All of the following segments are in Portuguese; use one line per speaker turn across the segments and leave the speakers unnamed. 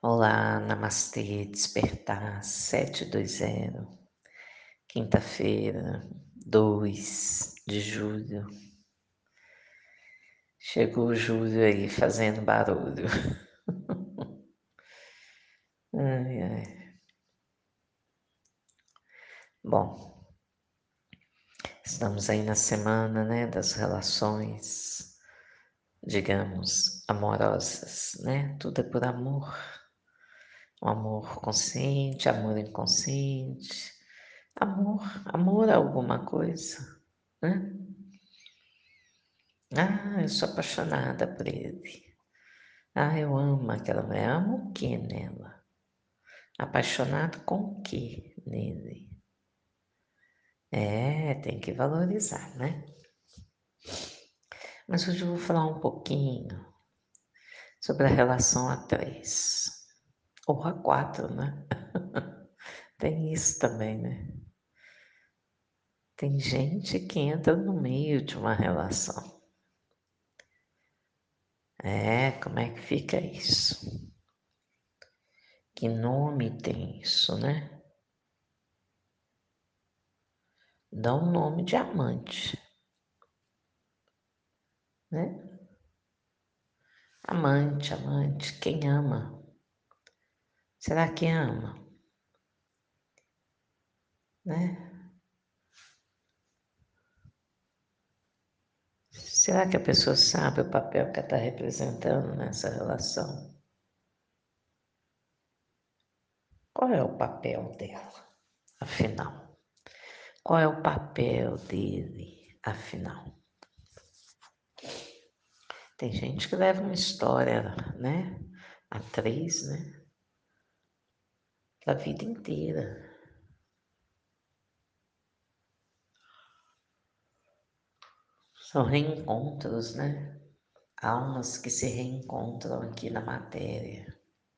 Olá, namastê, despertar 720, quinta-feira, 2 de julho. Chegou o julho aí fazendo barulho. Ai, ai. Bom, estamos aí na semana, né, das relações, digamos, amorosas, né? Tudo é por amor. O amor consciente, amor inconsciente. Amor a alguma coisa, né? Ah, eu sou apaixonada por ele. Ah, eu amo aquela mulher. Amo o que nela? Apaixonado com o que nele? É, tem que valorizar, né? Mas hoje eu vou falar um pouquinho sobre a relação a três. Ou a quatro, né? Tem isso também, né? Tem gente que entra no meio de uma relação. É, como é que fica isso? Que nome tem isso, né? Dá um nome de amante, né? Amante, amante, quem ama? Será que ama, né? Será que a pessoa sabe o papel que ela está representando nessa relação? Qual é o papel dela, afinal? Qual é o papel dele, afinal? Tem gente que leva uma história, né? Atriz, né? Da vida inteira. São reencontros, né? Almas que se reencontram aqui na matéria.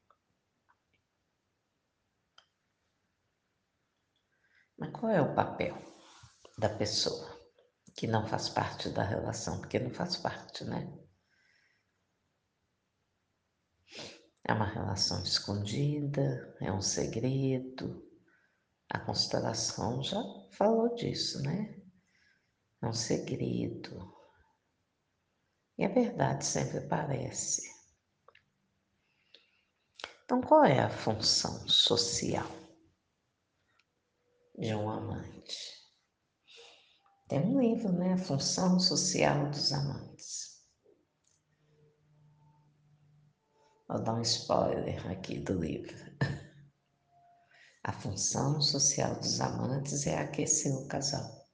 Mas qual é o papel da pessoa que não faz parte da relação? Porque não faz parte, né? É uma relação escondida, é um segredo. A constelação já falou disso, né? É um segredo. E a verdade sempre aparece. Então, qual é a função social de um amante? Tem um livro, né? A função social dos amantes. Vou dar um spoiler aqui do livro. A função social dos amantes é aquecer o casal.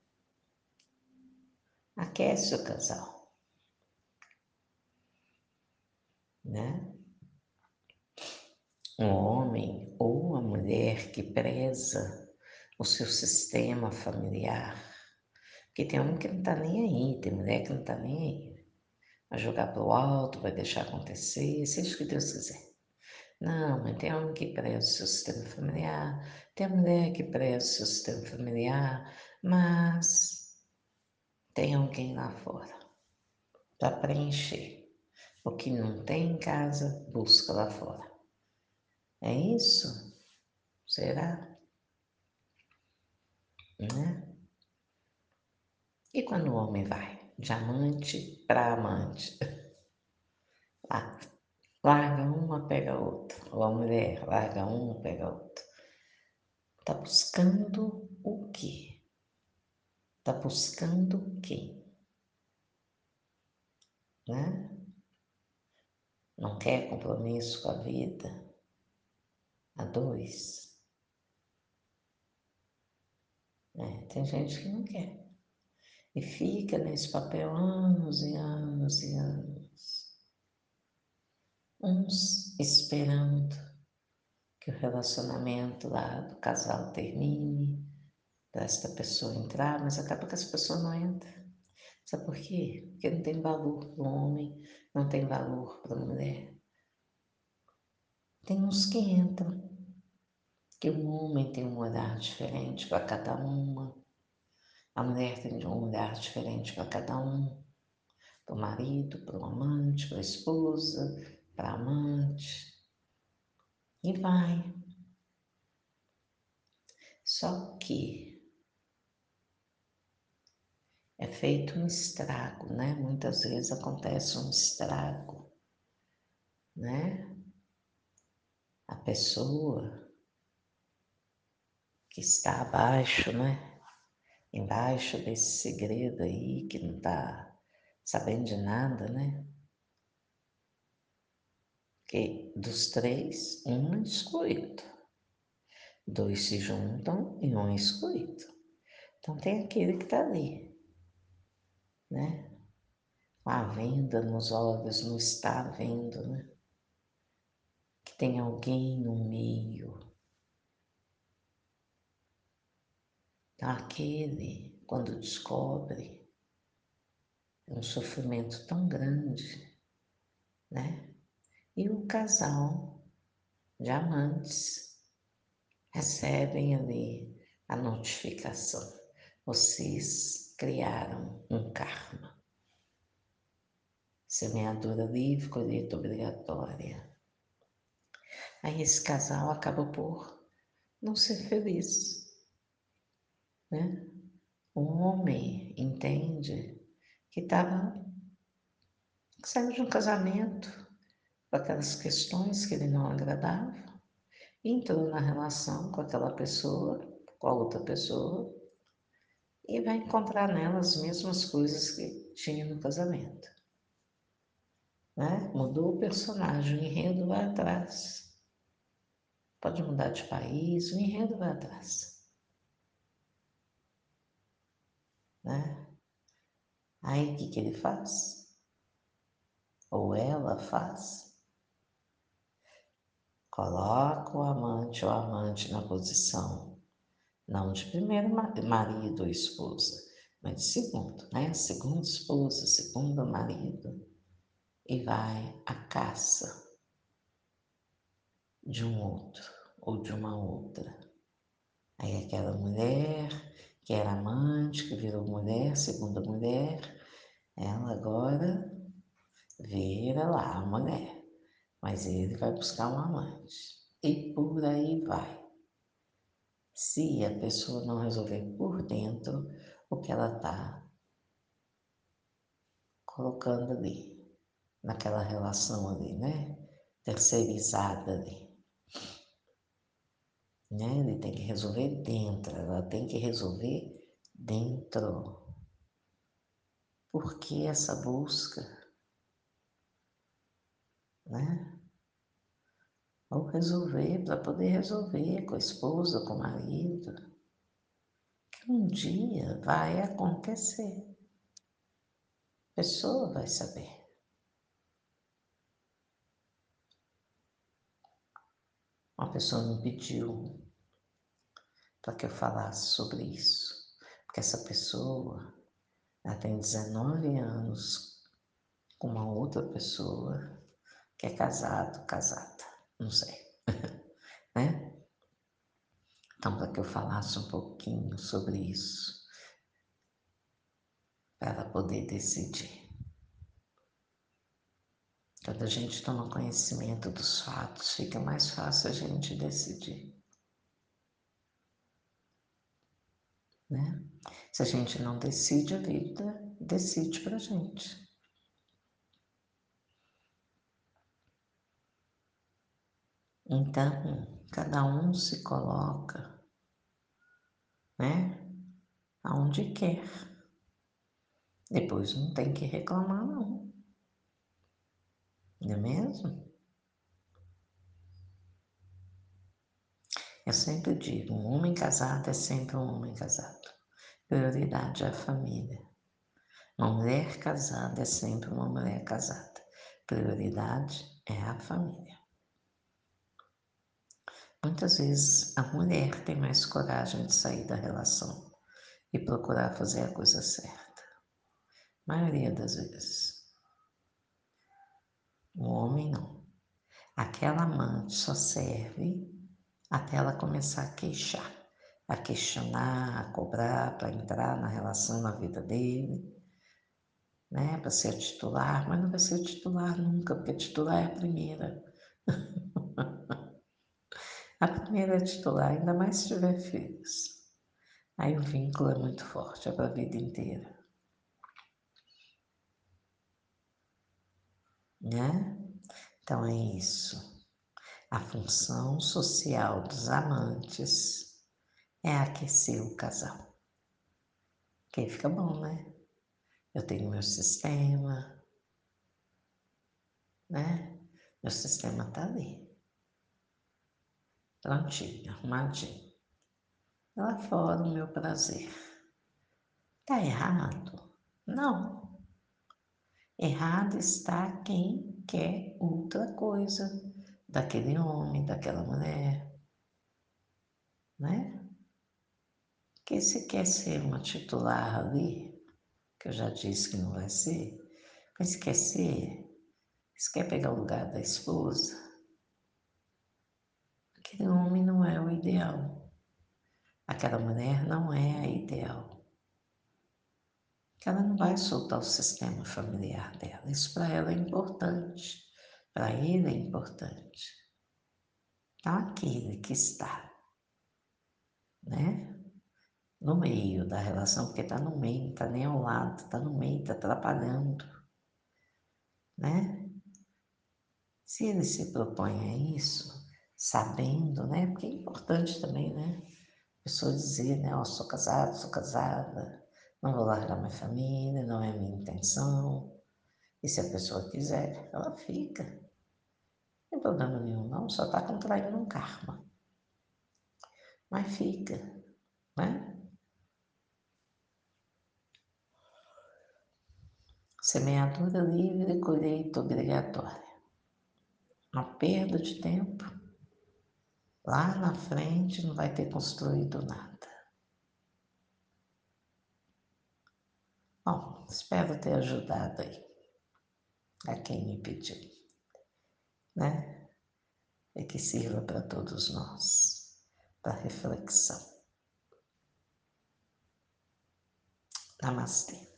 Aquece o casal, né? Um homem ou uma mulher que preza o seu sistema familiar. Porque tem homem que não tá nem aí, tem mulher que não tá nem aí. Vai jogar pro alto, vai deixar acontecer, seja o que Deus quiser. Não, mas tem homem que preza o seu sistema familiar, tem mulher que preza o seu sistema familiar, mas tem alguém lá fora para preencher. O que não tem em casa, busca lá fora. É isso? Será? Né? E quando o homem vai de amante para amante? Ah, larga uma, pega outra. Ou a mulher larga uma, pega outra. Tá buscando o quê? Tá buscando quem? Né? Não quer compromisso com a vida? A dois? É, tem gente que não quer. E fica nesse papel anos e anos e anos. Uns esperando que o relacionamento lá do casal termine, para esta pessoa entrar, mas acaba que essa pessoa não entra. Sabe por quê? Porque não tem valor para o homem, não tem valor para a mulher. Tem uns que entram, que o homem tem um olhar diferente para cada uma, a mulher tem um olhar diferente para cada um, para o marido, para o amante, para a esposa, para a amante. e vai. Só que é feito um estrago, né? Muitas vezes acontece um estrago, né? A pessoa que está abaixo, né? Embaixo desse segredo aí, que não está sabendo de nada, né? Que dos três, um é excluído. Dois se juntam e um é excluído. Então tem aquele que está ali, né? Com a venda nos olhos, não está vendo, né? Que tem alguém no meio. Então aquele, quando descobre, é um sofrimento tão grande, né? E o casal de amantes recebem ali a notificação. Vocês criaram um karma. Semeadura livre, colheita obrigatória. Aí esse casal acaba por não ser feliz, né? O homem entende que saiu de um casamento com aquelas questões que ele não agradava, entrou na relação com aquela pessoa, com a outra pessoa, e vai encontrar nela as mesmas coisas que tinha no casamento, né? Mudou o personagem, o enredo vai atrás. Pode mudar de país, o enredo vai atrás, né? Aí o que que ele faz? Ou ela faz? Coloca o amante ou amante na posição, não de primeiro marido ou esposa, mas de segundo, né? Segundo esposa, segundo marido, e vai à caça de um outro ou de uma outra. Aí aquela mulher que era amante, que virou mulher, segunda mulher, ela agora vira lá a mulher, mas ele vai buscar um amante. E por aí vai. Se a pessoa não resolver por dentro o que ela está colocando ali, naquela relação ali, né? Terceirizada ali. Né? Ele tem que resolver dentro, ela tem que resolver dentro. Por que essa busca? Né? Ou resolver para poder resolver com a esposa, com o marido, que um dia vai acontecer. A pessoa vai saber. Uma pessoa me pediu para que eu falasse sobre isso, porque essa pessoa, ela tem 19 anos com uma outra pessoa que é casado, casada, não sei, né? Então, para que eu falasse um pouquinho sobre isso, para ela poder decidir. Quando a gente toma conhecimento dos fatos, fica mais fácil a gente decidir, né? Se a gente não decide, a vida decide pra gente. Então, cada um se coloca, né? Aonde quer. Depois não tem que reclamar, não. Não é mesmo? Eu sempre digo, um homem casado é sempre um homem casado. Prioridade é a família. Uma mulher casada é sempre uma mulher casada. Prioridade é a família. Muitas vezes a mulher tem mais coragem de sair da relação e procurar fazer a coisa certa. A maioria das vezes. O homem não. Aquela amante só serve até ela começar a queixar, a questionar, a cobrar para entrar na relação, na vida dele, né? Para ser titular, mas não vai ser titular nunca, porque titular é a primeira. A primeira é titular, ainda mais se tiver filhos. Aí o vínculo é muito forte, é para a vida inteira, né? Então é isso. A função social dos amantes é aquecer o casal. Que aí fica bom, né? Eu tenho meu sistema, né? Meu sistema tá ali, prontinho, arrumadinho. Lá fora o meu prazer. Tá errado? Não. Errado está quem quer outra coisa daquele homem, daquela mulher, né? Que se quer ser uma titular ali, que eu já disse que não vai ser, mas se quer ser, se quer pegar o lugar da esposa, aquele homem não é o ideal. Aquela mulher não é a ideal. Que ela não vai soltar o sistema familiar dela. Isso para ela é importante. Para ele é importante. Então, aquele que está, né? No meio da relação, porque está no meio, não está nem ao lado, está no meio, está atrapalhando, né? Se ele se propõe a isso, sabendo, né? Porque é importante também, né? A pessoa dizer, né? Ó, sou casado, sou casada, não vou largar minha família, não é minha intenção. E se a pessoa quiser, ela fica. Não tem problema nenhum, não, só está contraindo um karma. Mas fica, né? Semeadura livre, colheita obrigatória. Uma perda de tempo. Lá na frente não vai ter construído nada. Bom, espero ter ajudado aí a quem me pediu, né? E que sirva para todos nós, para reflexão. Namastê.